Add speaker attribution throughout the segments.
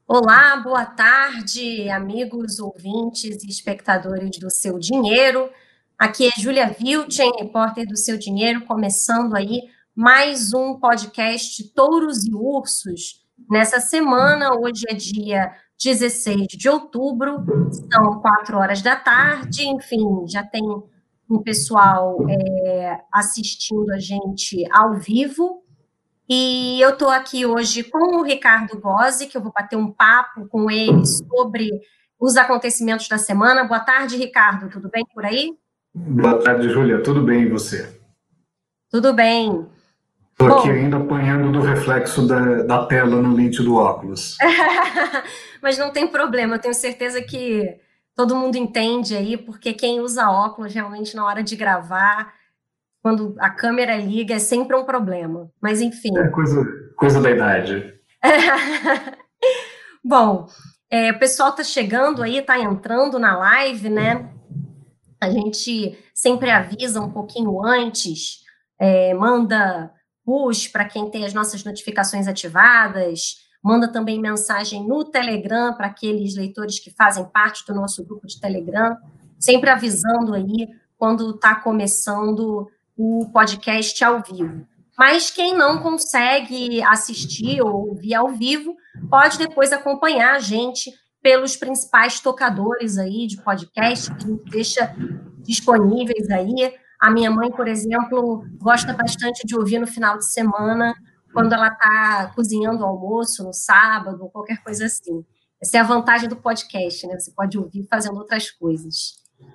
Speaker 1: Olá, boa tarde, amigos, ouvintes e espectadores do Seu Dinheiro. Aqui é Júlia Vilchen, repórter do Seu Dinheiro, começando aí mais um podcast Touros e Ursos. Nessa semana, hoje é dia 16 de outubro, são 4 horas da tarde, enfim, já tem um pessoal assistindo a gente ao vivo. E eu estou aqui hoje com o Ricardo Gozzi, que eu vou bater um papo com ele sobre os acontecimentos da semana. Boa tarde, Ricardo. Tudo bem por aí?
Speaker 2: Boa tarde, Júlia. Tudo bem e você?
Speaker 1: Tudo bem.
Speaker 2: Estou aqui
Speaker 1: Bom,
Speaker 2: ainda apanhando do reflexo da tela no lente do óculos.
Speaker 1: mas não tem problema. Eu tenho certeza que todo mundo entende aí, porque quem usa óculos realmente na hora de gravar, quando a câmera liga, é sempre um problema. Mas
Speaker 2: É
Speaker 1: enfim.
Speaker 2: coisa da idade.
Speaker 1: Bom, o pessoal está chegando aí, está entrando na live, né? A gente sempre avisa um pouquinho antes, manda push para quem tem as nossas notificações ativadas, manda também mensagem no Telegram para aqueles leitores que fazem parte do nosso grupo de Telegram, sempre avisando aí quando está começando o podcast ao vivo. Mas quem não consegue assistir ou ouvir ao vivo, pode depois acompanhar a gente pelos principais tocadores aí de podcast, que a gente deixa disponíveis aí. A minha mãe, por exemplo, gosta bastante de ouvir no final de semana, quando ela está cozinhando o almoço, no sábado, ou qualquer coisa assim. Essa é a vantagem do podcast, né? Você pode ouvir fazendo outras coisas.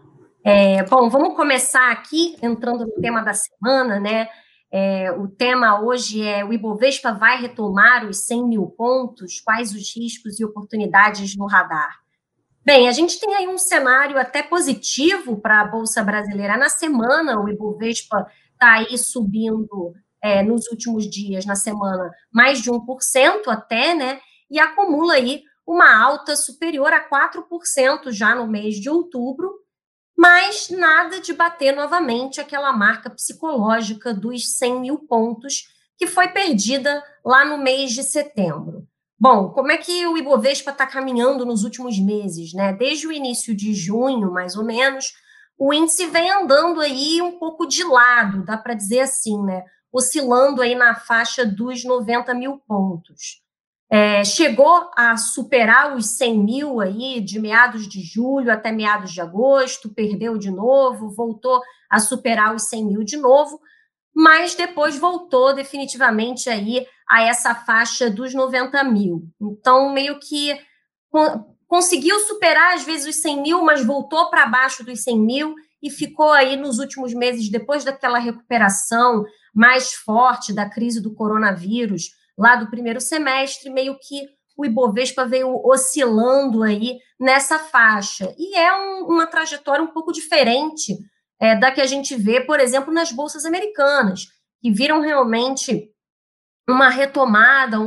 Speaker 1: Bom, vamos começar aqui, entrando no tema da semana, né? O tema hoje é: o Ibovespa vai retomar os 100 mil pontos? Quais os riscos e oportunidades no radar? Bem, a gente tem aí um cenário até positivo para a Bolsa Brasileira. Na semana, o Ibovespa está aí subindo, nos últimos dias, na semana, mais de 1% até, né? E acumula aí uma alta superior a 4% já no mês de outubro, mas nada de bater novamente aquela marca psicológica dos 100 mil pontos que foi perdida lá no mês de setembro. Bom, como é que o Ibovespa está caminhando nos últimos meses, né? Desde o início de junho, mais ou menos, o índice vem andando aí um pouco de lado, dá para dizer assim, né? Oscilando aí na faixa dos 90 mil pontos. Chegou a superar os 100 mil aí de meados de julho até meados de agosto, perdeu de novo, voltou a superar os 100 mil de novo, mas depois voltou definitivamente aí a essa faixa dos 90 mil. Então, meio que conseguiu superar às vezes os 100 mil, mas voltou para baixo dos 100 mil e ficou aí nos últimos meses, depois daquela recuperação mais forte da crise do coronavírus, lá do primeiro semestre, meio que o Ibovespa veio oscilando aí nessa faixa. E é uma trajetória um pouco diferente da que a gente vê, por exemplo, nas bolsas americanas, que viram realmente uma retomada,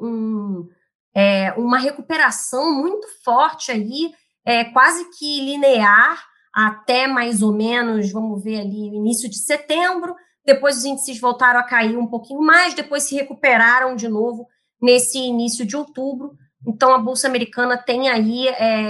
Speaker 1: uma recuperação muito forte aí, quase que linear, até mais ou menos, vamos ver ali, início de setembro. Depois os índices voltaram a cair um pouquinho mais, depois se recuperaram de novo nesse início de outubro. Então, a Bolsa Americana tem aí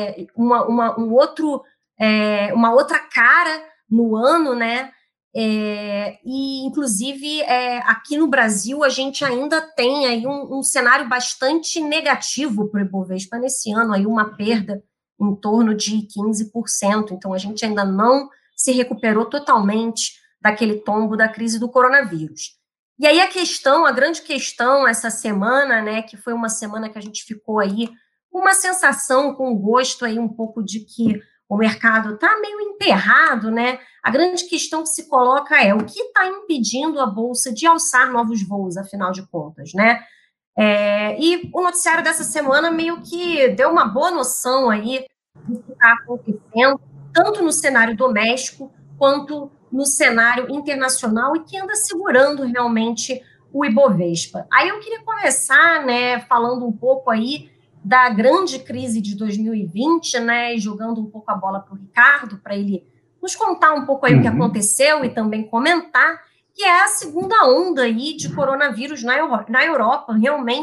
Speaker 1: uma outra cara no ano, né? E, inclusive, aqui no Brasil, a gente ainda tem aí um cenário bastante negativo para o Ibovespa nesse ano, aí uma perda em torno de 15%. Então, a gente ainda não se recuperou totalmente daquele tombo da crise do coronavírus. E aí a grande questão essa semana, né, que foi uma semana que a gente ficou aí com uma sensação, com gosto aí um pouco de que o mercado está meio emperrado, né? A grande questão que se coloca é o que está impedindo a Bolsa de alçar novos voos, afinal de contas, né? E o noticiário dessa semana meio que deu uma boa noção aí do que está acontecendo, tanto no cenário doméstico quanto no cenário internacional, e que anda segurando realmente o Ibovespa. Aí eu queria começar, né, falando um pouco aí da grande crise de 2020, né, e jogando um pouco a bola para o Ricardo, para ele nos contar um pouco aí o que aconteceu e também comentar, que é a segunda onda aí de coronavírus na Europa, realmente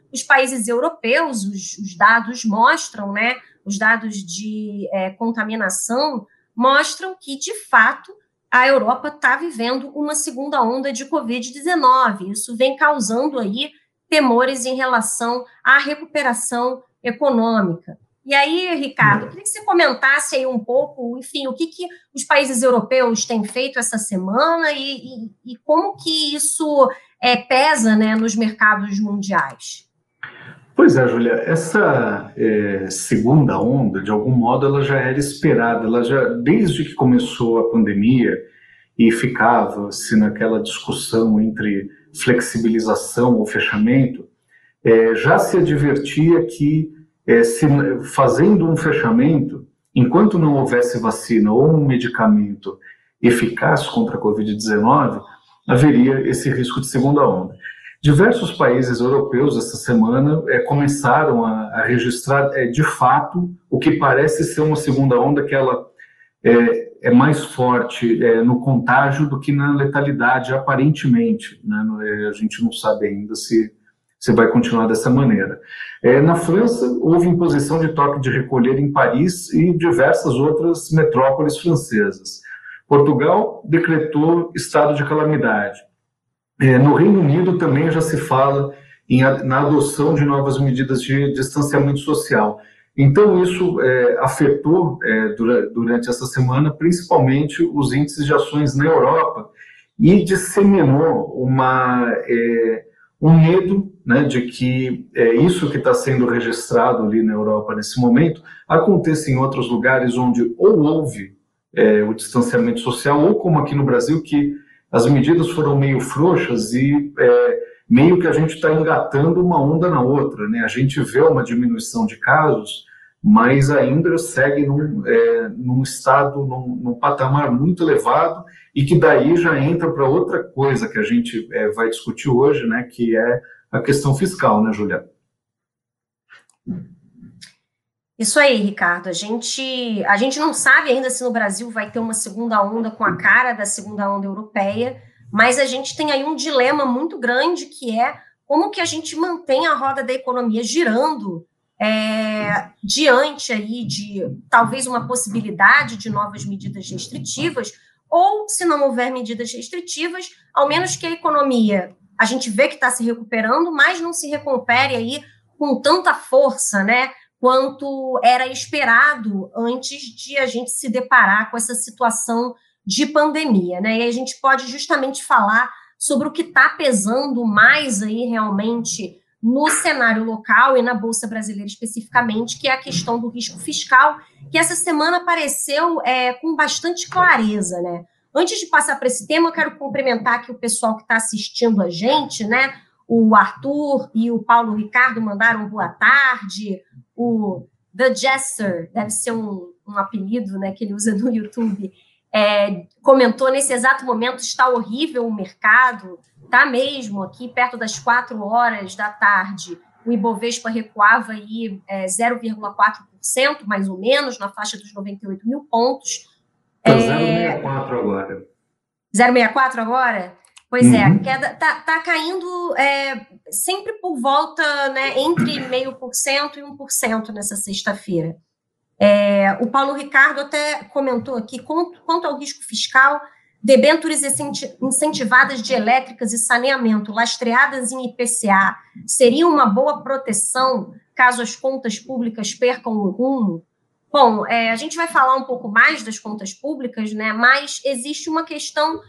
Speaker 1: os países europeus, os dados mostram, né, os dados de contaminação mostram que, de fato, a Europa está vivendo uma segunda onda de Covid-19. Isso vem causando aí temores em relação à recuperação econômica. E aí, Ricardo, eu queria que você comentasse aí um pouco, enfim, o que os países europeus têm feito essa semana e como que isso pesa, né, nos mercados mundiais.
Speaker 2: Pois é, Júlia, essa segunda onda, de algum modo, ela já era esperada. Ela já, desde que começou a pandemia e ficava-se naquela discussão entre flexibilização ou fechamento, já se advertia que, fazendo um fechamento, enquanto não houvesse vacina ou um medicamento eficaz contra a Covid-19, haveria esse risco de segunda onda. Diversos países europeus, essa semana, começaram a registrar, de fato, o que parece ser uma segunda onda, que ela é mais forte no contágio do que na letalidade, aparentemente, né? A gente não sabe ainda se vai continuar dessa maneira. Na França, houve imposição de toque de recolher em Paris e diversas outras metrópoles francesas. Portugal decretou estado de calamidade. No Reino Unido também já se fala na adoção de novas medidas de distanciamento social. Então, isso afetou, durante essa semana, principalmente os índices de ações na Europa e disseminou um medo, né, de que isso que está sendo registrado ali na Europa nesse momento aconteça em outros lugares onde ou houve o distanciamento social, ou como aqui no Brasil, que as medidas foram meio frouxas e meio que a gente está engatando uma onda na outra, né? A gente vê uma diminuição de casos, mas ainda segue num estado, num patamar muito elevado, e que daí já entra para outra coisa que a gente vai discutir hoje, né? Que é a questão fiscal, né, Julia?
Speaker 1: Isso aí, Ricardo. A gente não sabe ainda se no Brasil vai ter uma segunda onda com a cara da segunda onda europeia, mas a gente tem aí um dilema muito grande, que é como que a gente mantém a roda da economia girando diante aí de talvez uma possibilidade de novas medidas restritivas, ou, se não houver medidas restritivas, ao menos que a economia, a gente vê que está se recuperando, mas não se recupere aí com tanta força, né, quanto era esperado antes de a gente se deparar com essa situação de pandemia, né? E a gente pode justamente falar sobre o que está pesando mais aí realmente no cenário local e na Bolsa Brasileira especificamente, que é a questão do risco fiscal, que essa semana apareceu com bastante clareza, né? Antes de passar para esse tema, eu quero cumprimentar aqui o pessoal que está assistindo a gente, né? O Arthur e o Paulo Ricardo mandaram boa tarde. O The Jester, deve ser um apelido, né, que ele usa no YouTube, comentou: nesse exato momento está horrível o mercado, está mesmo, aqui perto das 4 horas da tarde, o Ibovespa recuava aí 0,4%, mais ou menos, na faixa dos 98 mil pontos.
Speaker 2: Está 0,64 agora.
Speaker 1: 0,64 agora? Pois a queda está caindo sempre por volta, né, entre 0,5% e 1% nessa sexta-feira. O Paulo Ricardo até comentou aqui, quanto ao risco fiscal, debêntures incentivadas de elétricas e saneamento, lastreadas em IPCA, seriam uma boa proteção caso as contas públicas percam o rumo? Bom, a gente vai falar um pouco mais das contas públicas, né, mas existe uma questão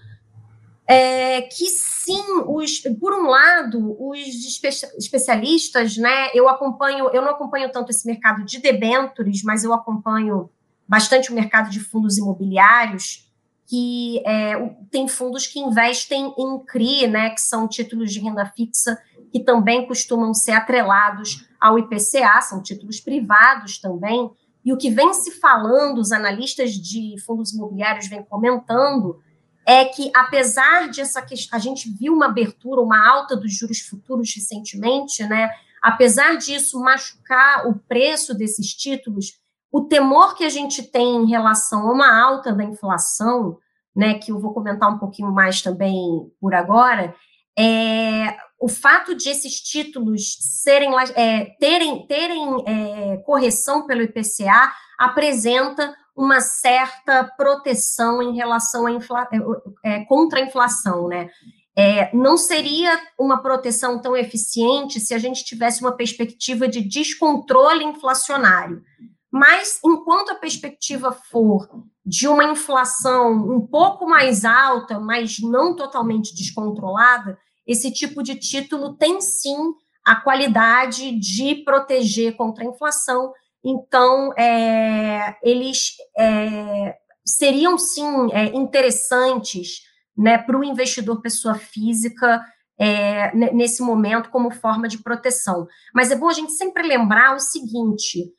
Speaker 1: que sim, por um lado, os especialistas, né, eu não acompanho tanto esse mercado de debêntures, mas eu acompanho bastante o mercado de fundos imobiliários, que tem fundos que investem em CRI, né, que são títulos de renda fixa, que também costumam ser atrelados ao IPCA, são títulos privados também, e o que vem se falando, os analistas de fundos imobiliários vêm comentando, é que, apesar dessa questão, a gente viu uma abertura, uma alta dos juros futuros recentemente, né? Apesar disso machucar o preço desses títulos, o temor que a gente tem em relação a uma alta da inflação, né, que eu vou comentar um pouquinho mais também por agora, o fato de esses títulos terem correção pelo IPCA apresenta uma certa proteção em relação contra a inflação, né? Não seria uma proteção tão eficiente se a gente tivesse uma perspectiva de descontrole inflacionário. Mas, enquanto a perspectiva for de uma inflação um pouco mais alta, mas não totalmente descontrolada, esse tipo de título tem, sim, a qualidade de proteger contra a inflação. Então, eles seriam, sim, interessantes, né, para o investidor pessoa física nesse momento como forma de proteção. Mas é bom a gente sempre lembrar o seguinte: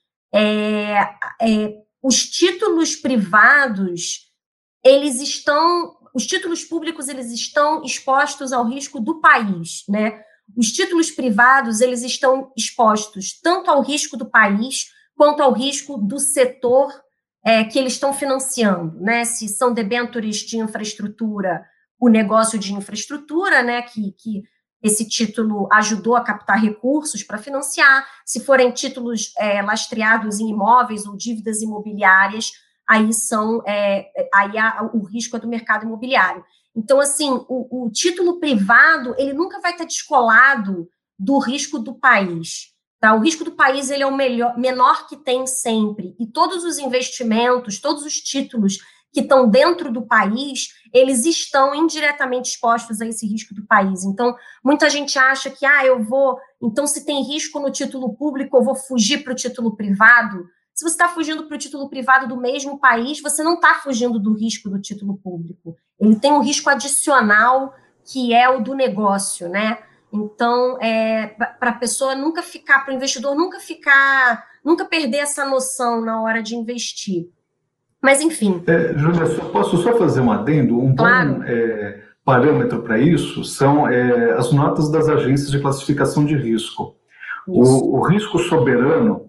Speaker 1: os títulos privados, os títulos públicos, eles estão expostos ao risco do país, né? Os títulos privados, eles estão expostos tanto ao risco do país quanto ao risco do setor que eles estão financiando, né? Se são debêntures de infraestrutura, o negócio de infraestrutura, né? Que esse título ajudou a captar recursos para financiar. Se forem títulos lastreados em imóveis ou dívidas imobiliárias, aí o risco é do mercado imobiliário. Então, assim, o título privado, ele nunca vai estar descolado do risco do país. Tá? O risco do país, ele é o menor que tem sempre. E todos os investimentos, todos os títulos que estão dentro do país, eles estão indiretamente expostos a esse risco do país. Então, muita gente acha que, então, se tem risco no título público, eu vou fugir para o título privado. Se você está fugindo para o título privado do mesmo país, você não está fugindo do risco do título público. Ele tem um risco adicional, que é o do negócio, né? Então, para a pessoa nunca ficar, para o investidor nunca perder essa noção na hora de investir. Mas, enfim.
Speaker 2: Júlia, posso só fazer um adendo?
Speaker 1: Claro.
Speaker 2: Bom parâmetro para isso são as notas das agências de classificação de risco. O risco soberano,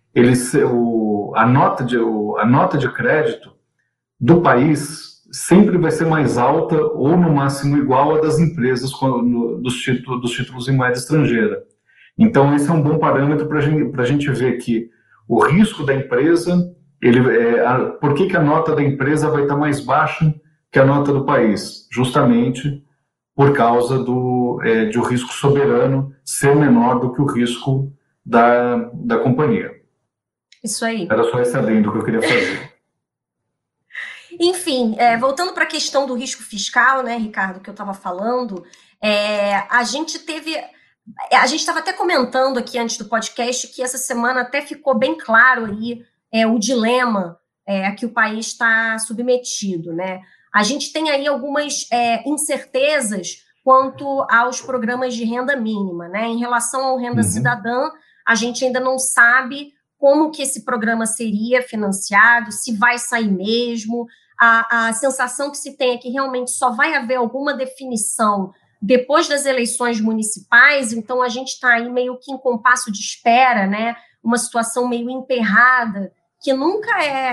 Speaker 2: a nota de crédito do país sempre vai ser mais alta ou, no máximo, igual à das empresas dos títulos em moeda estrangeira. Então, esse é um bom parâmetro para a gente ver que o risco da empresa, por que a nota da empresa vai estar mais baixa que a nota do país? Justamente por causa de o risco soberano ser menor do que o risco da companhia.
Speaker 1: Isso aí.
Speaker 2: Era só esse adendo que eu queria fazer.
Speaker 1: Enfim, voltando para a questão do risco fiscal, né, Ricardo, que eu estava falando, a gente estava até comentando aqui antes do podcast que essa semana até ficou bem claro aí o dilema a que o país está submetido, né? A gente tem aí algumas incertezas quanto aos programas de renda mínima, né? Em relação ao Renda Cidadã, a gente ainda não sabe como que esse programa seria financiado, se vai sair mesmo. A sensação que se tem é que realmente só vai haver alguma definição depois das eleições municipais, então a gente está aí meio que em compasso de espera, né? Uma situação meio emperrada, que nunca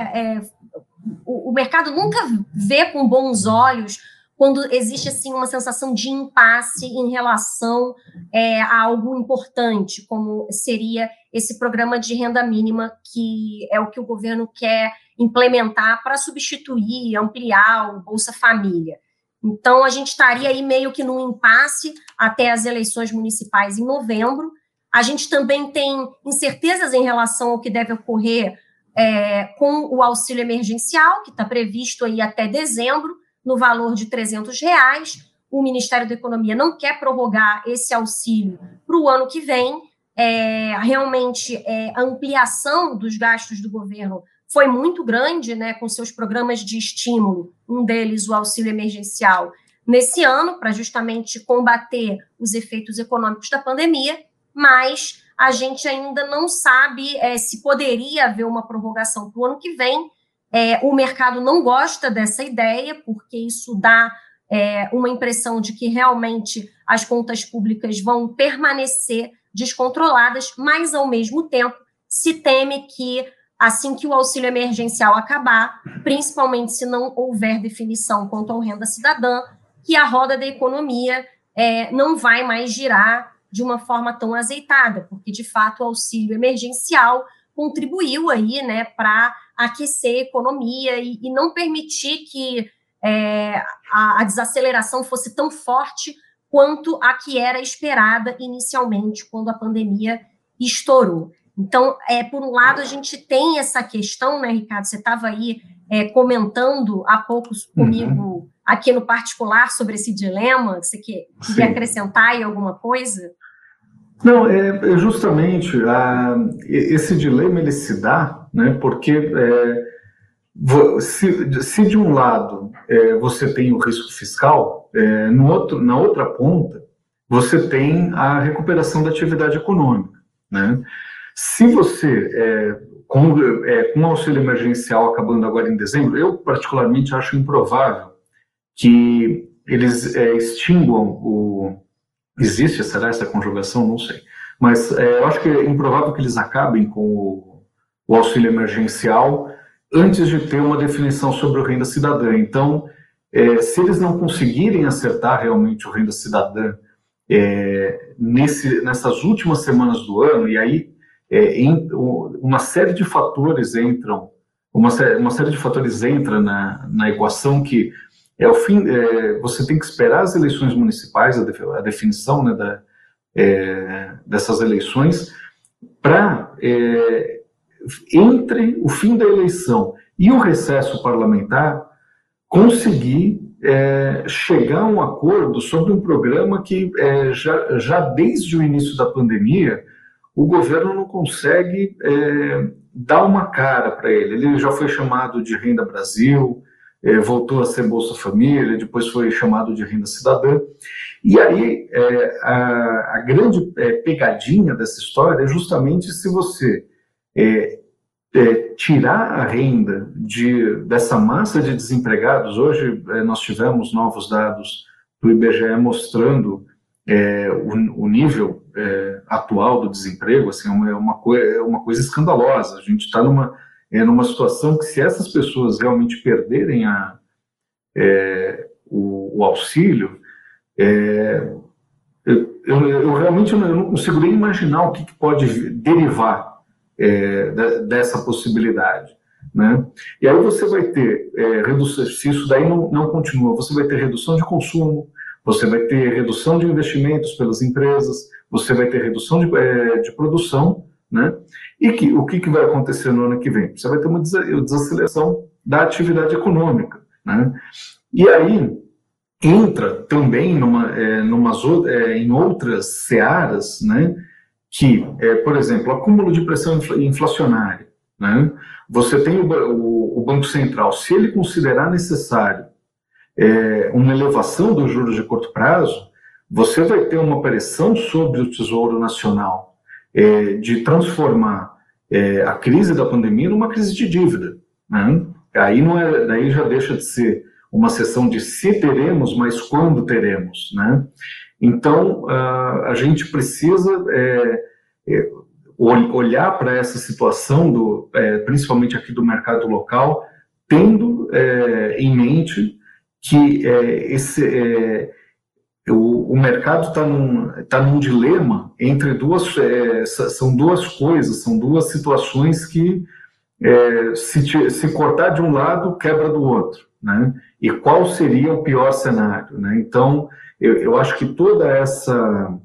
Speaker 1: o mercado nunca vê com bons olhos quando existe assim uma sensação de impasse em relação a algo importante, como seria esse programa de renda mínima, que é o que o governo quer implementar para substituir, ampliar o Bolsa Família. Então, a gente estaria aí meio que num impasse até as eleições municipais em novembro. A gente também tem incertezas em relação ao que deve ocorrer com o auxílio emergencial, que está previsto aí até dezembro, no valor de R$300. O Ministério da Economia não quer prorrogar esse auxílio para o ano que vem. Realmente, a ampliação dos gastos do governo foi muito grande, né, com seus programas de estímulo, um deles o auxílio emergencial, nesse ano, para justamente combater os efeitos econômicos da pandemia, mas a gente ainda não sabe se poderia haver uma prorrogação para o ano que vem. O mercado não gosta dessa ideia, porque isso dá uma impressão de que realmente as contas públicas vão permanecer descontroladas, mas, ao mesmo tempo, se teme que, assim que o auxílio emergencial acabar, principalmente se não houver definição quanto ao Renda Cidadã, que a roda da economia não vai mais girar de uma forma tão azeitada, porque, de fato, o auxílio emergencial contribuiu aí, né, para aquecer a economia e não permitir que a desaceleração fosse tão forte quanto a que era esperada inicialmente, quando a pandemia estourou. Então, por um lado, a gente tem essa questão, né, Ricardo, você estava aí comentando há pouco comigo aqui no particular sobre esse dilema, você queria acrescentar aí alguma coisa?
Speaker 2: Não, justamente esse dilema ele se dá, né, porque se de um lado você tem o risco fiscal, na outra ponta você tem a recuperação da atividade econômica, né? Se você, com o auxílio emergencial acabando agora em dezembro, eu particularmente acho improvável que eles extinguam existe, será essa conjugação? Não sei. Mas eu acho que é improvável que eles acabem com o auxílio emergencial antes de ter uma definição sobre o renda cidadã. Então, se eles não conseguirem acertar realmente o renda cidadã nessas últimas semanas do ano, e aí uma série de fatores entram, uma série de fatores entra na equação que o fim. Você tem que esperar as eleições municipais, a definição, né, dessas eleições, para entre o fim da eleição e o recesso parlamentar conseguir chegar a um acordo sobre um programa que já desde o início da pandemia o governo não consegue dar uma cara para ele. Ele já foi chamado de Renda Brasil, voltou a ser Bolsa Família, depois foi chamado de Renda Cidadã. E aí a grande pegadinha dessa história é justamente se você tirar a renda dessa massa de desempregados. Hoje nós tivemos novos dados do IBGE mostrando o nível atual do desemprego. Assim, é uma coisa escandalosa. A gente está numa situação que, se essas pessoas realmente perderem o auxílio, eu realmente não consigo nem imaginar o que pode derivar dessa possibilidade, né? E aí você vai ter redução. Se isso daí não continua, você vai ter redução de consumo, você vai ter redução de investimentos pelas empresas, você vai ter redução de produção, né? E o que vai acontecer no ano que vem? Você vai ter uma desaceleração da atividade econômica, né? E aí entra também em outras searas, né? Que, por exemplo, acúmulo de pressão inflacionária, né? Você tem o Banco Central, se ele considerar necessário uma elevação dos juros de curto prazo, você vai ter uma pressão sobre o Tesouro Nacional de transformar a crise da pandemia numa crise de dívida, né? Daí já deixa de ser uma questão de se teremos, mas quando teremos, né? Então, a gente precisa olhar para essa situação, principalmente aqui do mercado local, tendo em mente que o mercado está num dilema entre são duas coisas, são duas situações que, se cortar de um lado, quebra do outro, né? E qual seria o pior cenário, né? Então, eu acho que toda essa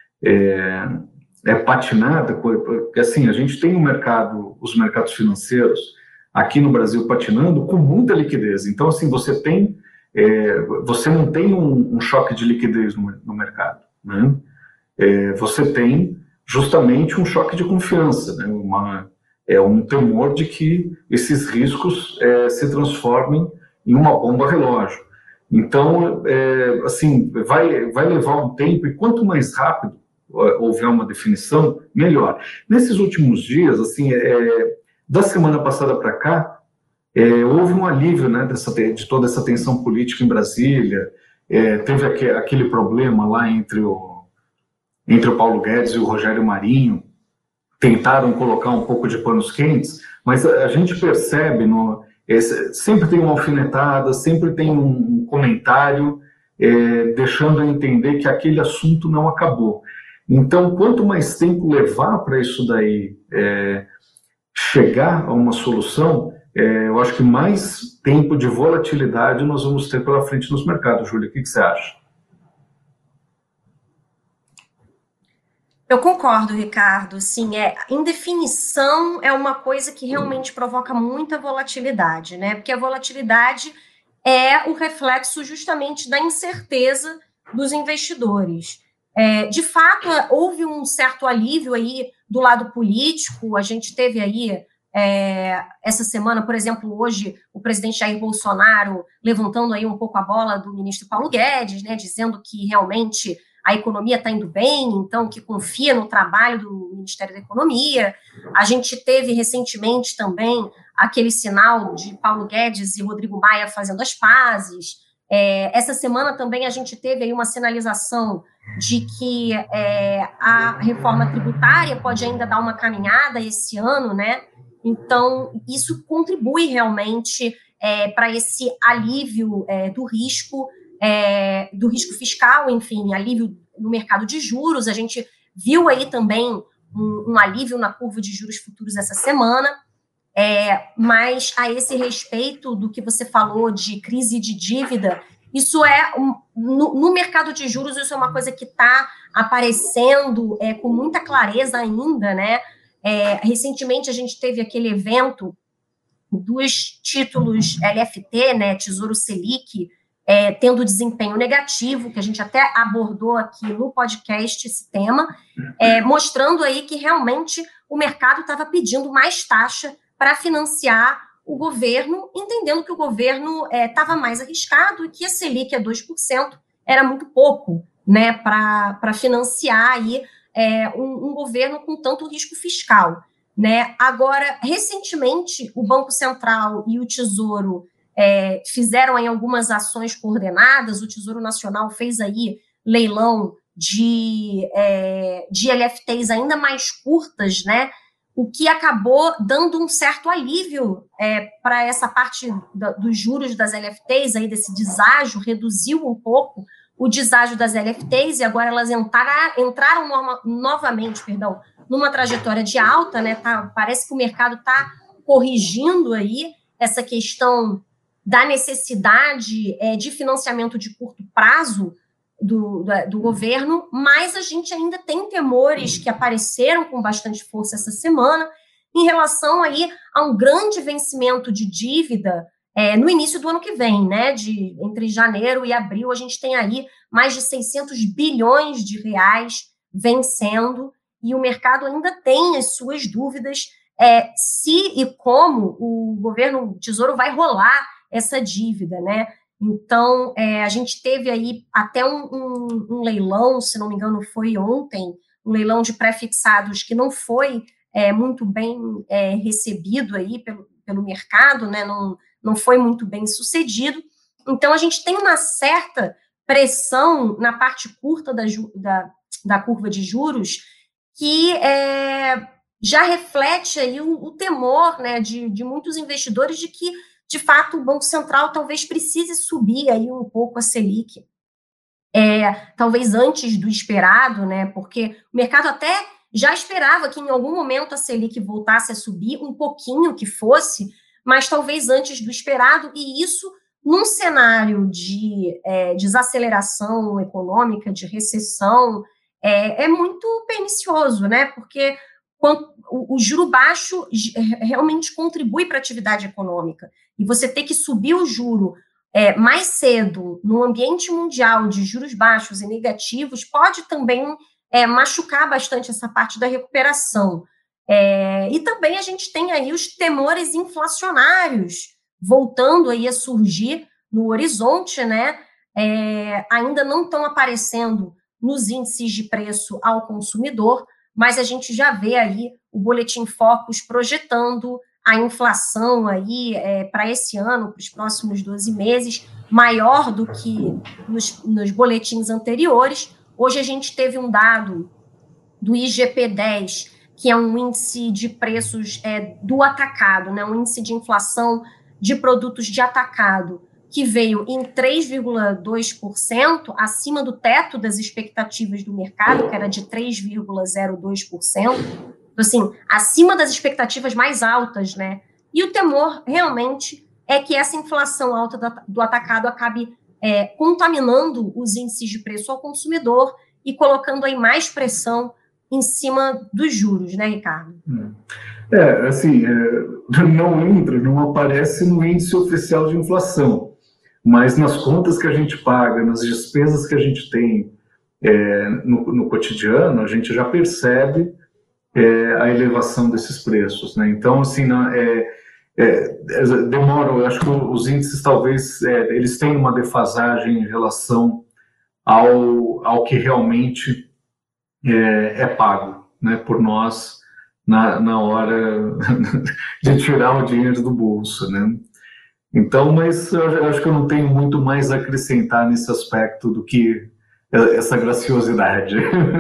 Speaker 2: patinada, porque assim, a gente tem os mercados financeiros aqui no Brasil patinando com muita liquidez. Então, assim, você não tem um choque de liquidez no mercado, né? Você tem justamente um choque de confiança, né? Um temor de que esses riscos se transformem em uma bomba relógio. Então, assim, vai levar um tempo, e quanto mais rápido houver uma definição, melhor. Nesses últimos dias, assim, da semana passada para cá, houve um alívio, né, de toda essa tensão política em Brasília. Teve aquele problema lá entre o Paulo Guedes e o Rogério Marinho. Tentaram colocar um pouco de panos quentes, mas a gente percebe, sempre tem uma alfinetada, sempre tem um comentário deixando a entender que aquele assunto não acabou. Então, quanto mais tempo levar para isso daí chegar a uma solução, eu acho que mais tempo de volatilidade nós vamos ter pela frente nos mercados. Júlia, o que você acha?
Speaker 1: Eu concordo, Ricardo. Sim, indefinição é uma coisa que realmente provoca muita volatilidade, né? Porque a volatilidade é o reflexo justamente da incerteza dos investidores. De fato, houve um certo alívio aí do lado político. A gente teve aí essa semana, por exemplo, hoje, o presidente Jair Bolsonaro levantando aí um pouco a bola do ministro Paulo Guedes, né, dizendo que realmente a economia está indo bem, então que confia no trabalho do Ministério da Economia. A gente teve recentemente também aquele sinal de Paulo Guedes e Rodrigo Maia fazendo as pazes. Essa semana também a gente teve aí uma sinalização de que a reforma tributária pode ainda dar uma caminhada esse ano, né? Então, isso contribui realmente para esse alívio do risco fiscal, enfim, alívio no mercado de juros. A gente viu aí também um alívio na curva de juros futuros essa semana, mas a esse respeito do que você falou de crise de dívida, isso no mercado de juros, isso é uma coisa que está aparecendo com muita clareza ainda, né? Recentemente a gente teve aquele evento dos títulos LFT, né, Tesouro Selic, tendo desempenho negativo, que a gente até abordou aqui no podcast esse tema, mostrando aí que realmente o mercado estava pedindo mais taxa para financiar o governo, entendendo que o governo estava mais arriscado e que a Selic a 2% era muito pouco, né, para financiar aí, um governo com tanto risco fiscal. Né? Agora, recentemente, o Banco Central e o Tesouro fizeram aí algumas ações coordenadas. O Tesouro Nacional fez aí leilão de LFTs ainda mais curtas, né? O que acabou dando um certo alívio para essa parte dos juros das LFTs, aí desse deságio, reduziu um pouco o deságio das LFTs, e agora elas entraram novamente, numa trajetória de alta, né? Parece que o mercado está corrigindo aí essa questão da necessidade de financiamento de curto prazo do governo, mas a gente ainda tem temores que apareceram com bastante força essa semana em relação aí a um grande vencimento de dívida no início do ano que vem, né? Entre janeiro e abril, a gente tem aí mais de 600 bilhões de reais vencendo, e o mercado ainda tem as suas dúvidas se e como o governo, o Tesouro, vai rolar essa dívida, né? Então, a gente teve aí até um leilão, se não me engano, foi ontem, um leilão de pré-fixados que não foi muito bem recebido aí pelo mercado, né? Não foi muito bem sucedido. Então, a gente tem uma certa pressão na parte curta da curva de juros, que já reflete aí o temor, né, de muitos investidores de que, de fato, o Banco Central talvez precise subir aí um pouco a Selic, talvez antes do esperado, né, porque o mercado até já esperava que em algum momento a Selic voltasse a subir, um pouquinho que fosse, mas talvez antes do esperado, e isso num cenário de desaceleração econômica, de recessão, é muito pernicioso, né? Porque o juro baixo realmente contribui para a atividade econômica. E você ter que subir o juro mais cedo, no ambiente mundial de juros baixos e negativos, pode também machucar bastante essa parte da recuperação. E também a gente tem aí os temores inflacionários voltando aí a surgir no horizonte, né? Ainda não estão aparecendo nos índices de preço ao consumidor, mas a gente já vê aí o Boletim Focus projetando a inflação aí para esse ano, para os próximos 12 meses, maior do que nos boletins anteriores. Hoje a gente teve um dado do IGP-10, que é um índice de preços do atacado, né, um índice de inflação de produtos de atacado, que veio em 3,2%, acima do teto das expectativas do mercado, que era de 3,02%. Então, assim, acima das expectativas mais altas, né? E o temor realmente é que essa inflação alta do atacado acabe contaminando os índices de preço ao consumidor e colocando aí mais pressão em cima dos juros, né, Ricardo?
Speaker 2: Assim, não aparece no índice oficial de inflação, mas nas contas que a gente paga, nas despesas que a gente tem no cotidiano, a gente já percebe a elevação desses preços, né? Então, assim, demoram, eu acho que os índices talvez eles têm uma defasagem em relação ao que realmente é pago, né, por nós na hora de tirar o dinheiro do bolso, né? Então, mas eu acho que eu não tenho muito mais a acrescentar nesse aspecto do que essa graciosidade.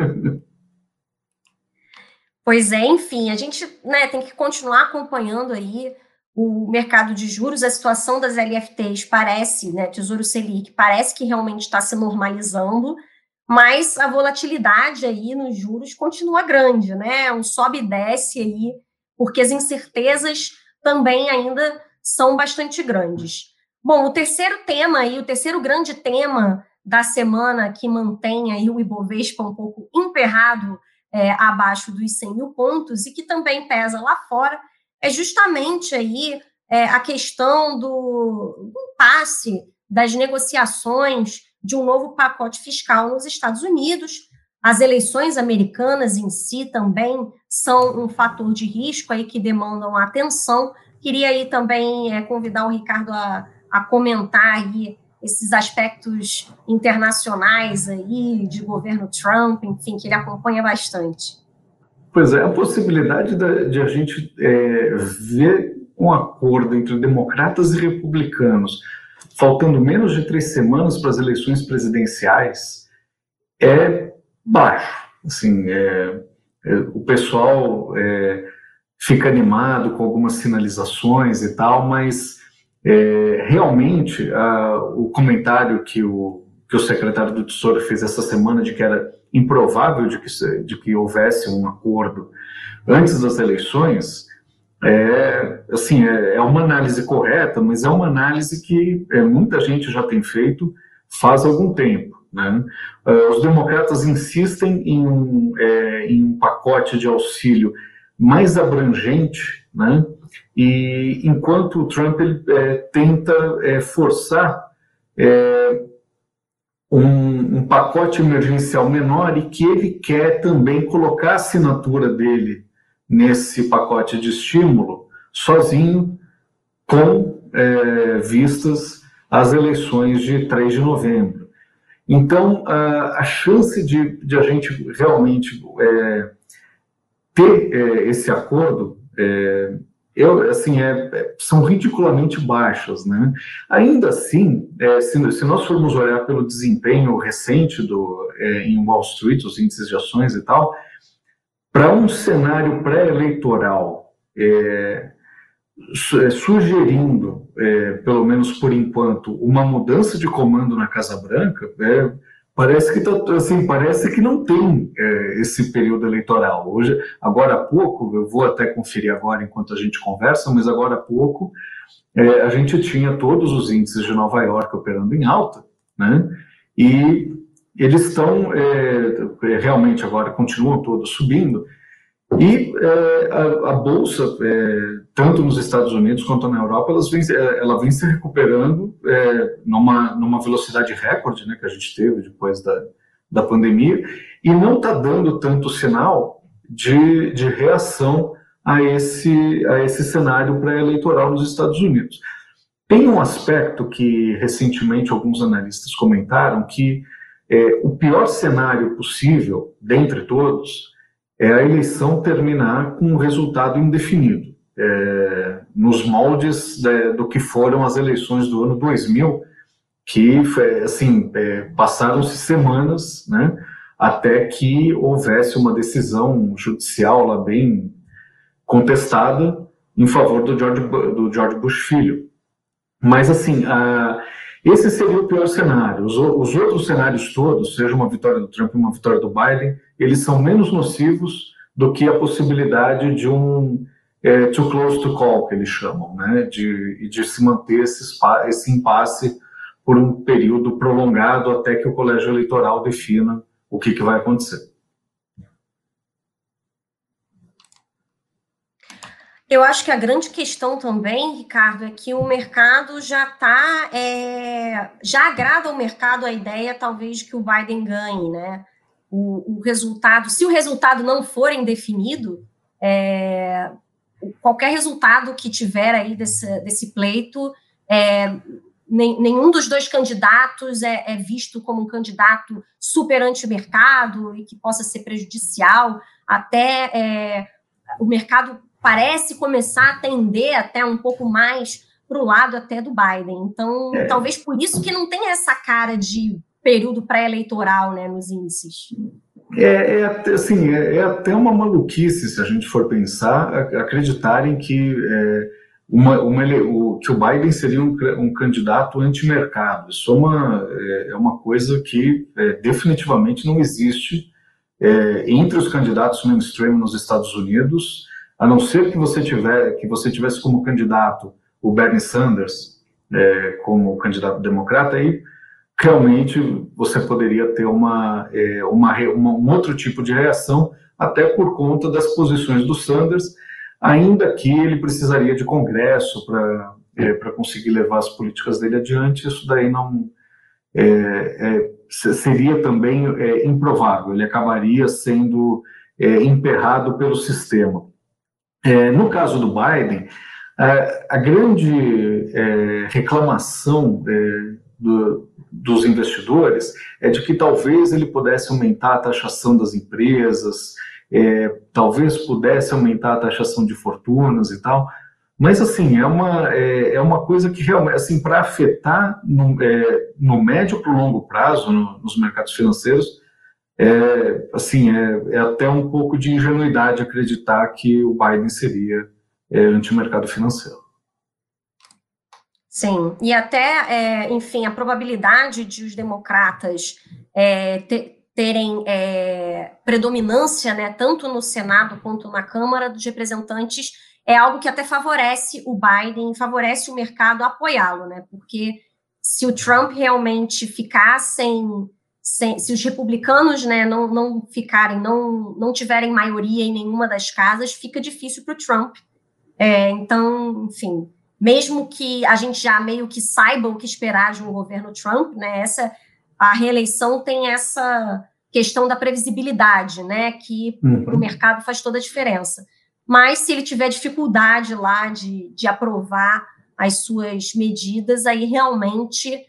Speaker 1: Pois é, enfim, a gente, né, tem que continuar acompanhando aí o mercado de juros, a situação das LFTs parece, né, Tesouro Selic, parece que realmente está se normalizando, mas a volatilidade aí nos juros continua grande, né, um sobe e desce aí, porque as incertezas também ainda são bastante grandes. Bom, o terceiro tema aí, o terceiro grande tema da semana que mantém aí o Ibovespa um pouco emperrado abaixo dos 100 mil pontos e que também pesa lá fora, é justamente aí a questão do impasse das negociações de um novo pacote fiscal nos Estados Unidos. As eleições americanas em si também são um fator de risco aí que demandam atenção. Queria aí também convidar o Ricardo a comentar aí esses aspectos internacionais aí, de governo Trump, enfim, que ele acompanha bastante.
Speaker 2: Pois é, a possibilidade de a gente ver um acordo entre democratas e republicanos, faltando menos de 3 semanas para as eleições presidenciais, é baixo. Assim, o pessoal fica animado com algumas sinalizações e tal, mas realmente o comentário que o secretário do Tesouro fez essa semana de que era improvável de que houvesse um acordo antes das eleições assim, uma análise correta, mas é uma análise que muita gente já tem feito faz algum tempo, né? Os democratas insistem em um pacote de auxílio mais abrangente, né? E enquanto o Trump tenta forçar um pacote emergencial menor e que ele quer também colocar a assinatura dele nesse pacote de estímulo sozinho, com vistas às eleições de 3 de novembro. Então, a chance de a gente realmente ter esse acordo são ridiculamente baixas, né? Ainda assim, se nós formos olhar pelo desempenho recente em Wall Street, os índices de ações e tal, para um cenário pré-eleitoral sugerindo, pelo menos por enquanto, uma mudança de comando na Casa Branca, parece que não tem esse período eleitoral. Hoje, agora há pouco, eu vou até conferir agora enquanto a gente conversa, mas agora há pouco a gente tinha todos os índices de Nova York operando em alta, né? E eles estão realmente agora continuam todos subindo. E a Bolsa, tanto nos Estados Unidos quanto na Europa, ela vem se recuperando numa velocidade recorde, né, que a gente teve depois da pandemia, e não está dando tanto sinal de reação a esse cenário pré-eleitoral nos Estados Unidos. Tem um aspecto que recentemente alguns analistas comentaram, que o pior cenário possível, dentre todos, é a eleição terminar com um resultado indefinido, nos moldes do que foram as eleições do ano 2000, que assim, passaram-se semanas, né, até que houvesse uma decisão judicial lá bem contestada em favor do George Bush filho. Mas assim, Esse seria o pior cenário. Os outros cenários todos, seja uma vitória do Trump e uma vitória do Biden, eles são menos nocivos do que a possibilidade de um too close to call, que eles chamam, né? de se manter esse impasse por um período prolongado até que o colégio eleitoral defina o que vai acontecer.
Speaker 1: Eu acho que a grande questão também, Ricardo, é que o mercado já já agrada ao mercado a ideia, talvez, de que o Biden ganhe, né? O resultado, se o resultado não for indefinido, qualquer resultado que tiver aí desse pleito, nenhum dos dois candidatos é visto como um candidato super anti-mercado e que possa ser prejudicial. Até o mercado parece começar a tender até um pouco mais para o lado até do Biden. Então, talvez por isso que não tem essa cara de período pré-eleitoral, né, nos índices.
Speaker 2: É até uma maluquice, se a gente for pensar, acreditarem que, que o Biden seria um candidato anti-mercado. Isso é uma coisa que definitivamente não existe entre os candidatos mainstream nos Estados Unidos, a não ser que você tivesse como candidato o Bernie Sanders como candidato democrata, aí realmente você poderia ter um outro tipo de reação, até por conta das posições do Sanders, ainda que ele precisaria de Congresso para conseguir levar as políticas dele adiante. Isso daí não seria também improvável, ele acabaria sendo emperrado pelo sistema. No caso do Biden, a grande reclamação dos investidores é de que talvez ele pudesse aumentar a taxação das empresas, talvez pudesse aumentar a taxação de fortunas e tal, mas assim, é uma coisa que realmente, assim, para afetar no médio para o longo prazo nos mercados financeiros, é até um pouco de ingenuidade acreditar que o Biden seria anti-mercado financeiro.
Speaker 1: Sim, e até, enfim, a probabilidade de os democratas terem predominância, né, tanto no Senado quanto na Câmara dos Representantes, é algo que até favorece o Biden, favorece o mercado a apoiá-lo, né, porque se o Trump realmente ficar se os republicanos, né, não tiverem maioria em nenhuma das casas, fica difícil para o Trump. Então, enfim, mesmo que a gente já meio que saiba o que esperar de um governo Trump, né, a reeleição tem essa questão da previsibilidade, né, que para o mercado faz toda a diferença. Mas se ele tiver dificuldade lá de aprovar as suas medidas, aí realmente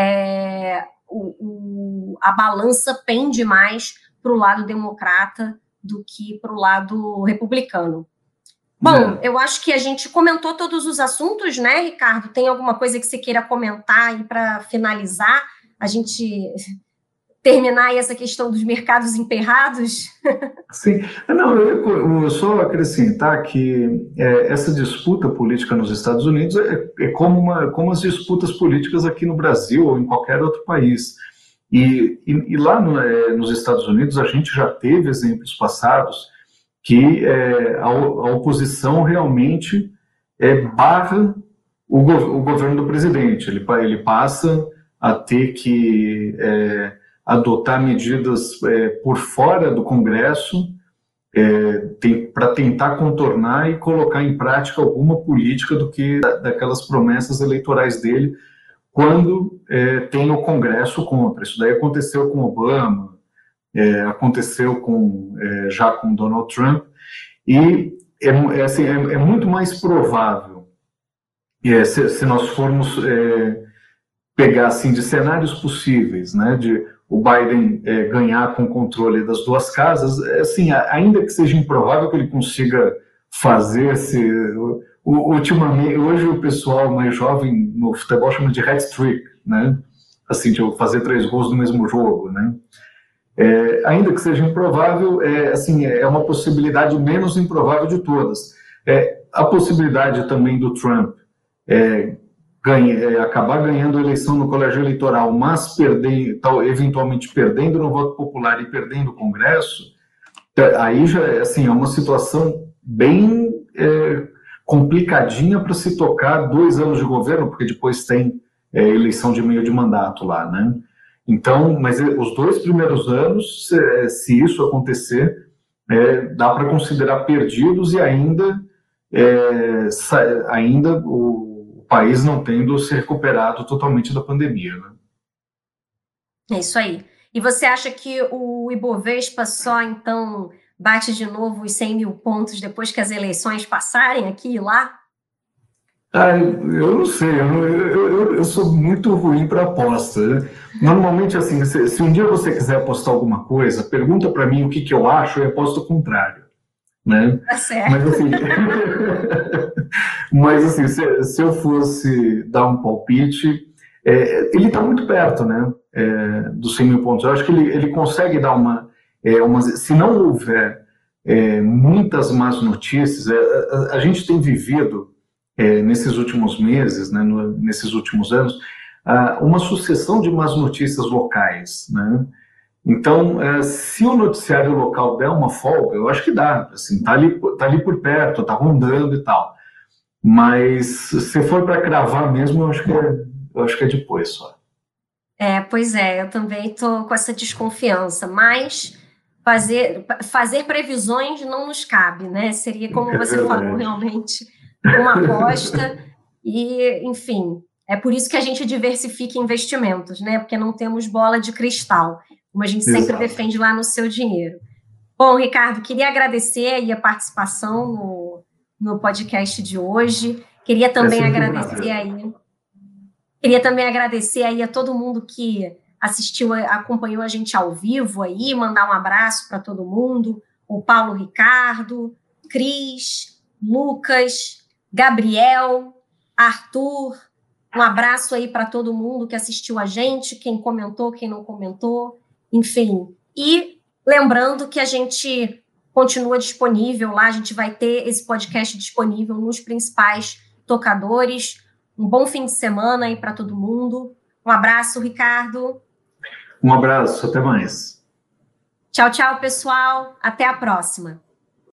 Speaker 1: a balança pende mais para o lado democrata do que para o lado republicano. Bom, eu acho que a gente comentou todos os assuntos, né, Ricardo? Tem alguma coisa que você queira comentar aí para finalizar? A gente terminar aí essa questão dos mercados emperrados?
Speaker 2: Sim. Não, eu só acrescentar que essa disputa política nos Estados Unidos é como as disputas políticas aqui no Brasil ou em qualquer outro país. E lá nos Estados Unidos a gente já teve exemplos passados que a oposição realmente barra o governo do presidente. Ele passa a ter que adotar medidas por fora do Congresso para tentar contornar e colocar em prática alguma política daquelas promessas eleitorais dele quando tem o Congresso contra. Isso daí aconteceu com Obama, aconteceu já com Donald Trump, e é muito mais provável, se nós formos pegar assim, de cenários possíveis, né, de o Biden ganhar com o controle das duas casas, assim, ainda que seja improvável que ele consiga fazer ultimamente, hoje o pessoal mais jovem no futebol chama de hat-trick, né, assim, de fazer 3 gols no mesmo jogo, né. Ainda que seja improvável, é uma possibilidade menos improvável de todas. A possibilidade também do Trump acabar ganhando a eleição no colégio eleitoral, mas eventualmente perdendo no voto popular e perdendo o Congresso, aí já assim, é uma situação bem complicadinha para se tocar 2 anos de governo, porque depois tem eleição de meio de mandato lá, né? Então, mas os 2 primeiros anos, se isso acontecer, dá para considerar perdidos e ainda o país não tendo se recuperado totalmente da pandemia, né?
Speaker 1: É isso aí. E você acha que o Ibovespa só, então, bate de novo os 100 mil pontos depois que as eleições passarem aqui e lá?
Speaker 2: Eu não sei, eu sou muito ruim para aposta, né? Normalmente, assim, se um dia você quiser apostar alguma coisa, pergunta para mim o que eu acho e aposto o contrário, né?
Speaker 1: Tá
Speaker 2: Mas
Speaker 1: certo.
Speaker 2: assim, mas, assim se eu fosse dar um palpite, ele está muito perto, né? Dos 100 mil pontos. Eu acho que ele consegue dar se não houver muitas más notícias, a gente tem vivido nesses últimos meses, né, nesses últimos anos, uma sucessão de más notícias locais, né? Então, se o noticiário local der uma folga, eu acho que dá, assim, tá ali por perto, tá rondando e tal. Mas se for para cravar mesmo, eu acho que é depois só.
Speaker 1: Pois é, eu também estou com essa desconfiança, mas fazer previsões não nos cabe, né? Seria, como
Speaker 2: É
Speaker 1: você falou,
Speaker 2: verdade.
Speaker 1: realmente uma aposta e, enfim, é por isso que a gente diversifica investimentos, né? Porque não temos bola de cristal, como a gente sempre
Speaker 2: Exato.
Speaker 1: defende lá no Seu Dinheiro. Bom, Ricardo, queria agradecer aí a participação no podcast de hoje.
Speaker 2: É sempre um prazer.
Speaker 1: Queria também agradecer aí a todo mundo que assistiu, acompanhou a gente ao vivo aí, mandar um abraço para todo mundo, o Paulo Ricardo, Cris, Lucas, Gabriel, Arthur, um abraço aí para todo mundo que assistiu a gente, quem comentou, quem não comentou, enfim. E lembrando que a gente continua disponível lá, a gente vai ter esse podcast disponível nos principais tocadores. Um bom fim de semana aí para todo mundo. Um abraço, Ricardo.
Speaker 2: Um abraço, até mais.
Speaker 1: Tchau, tchau, pessoal. Até a próxima.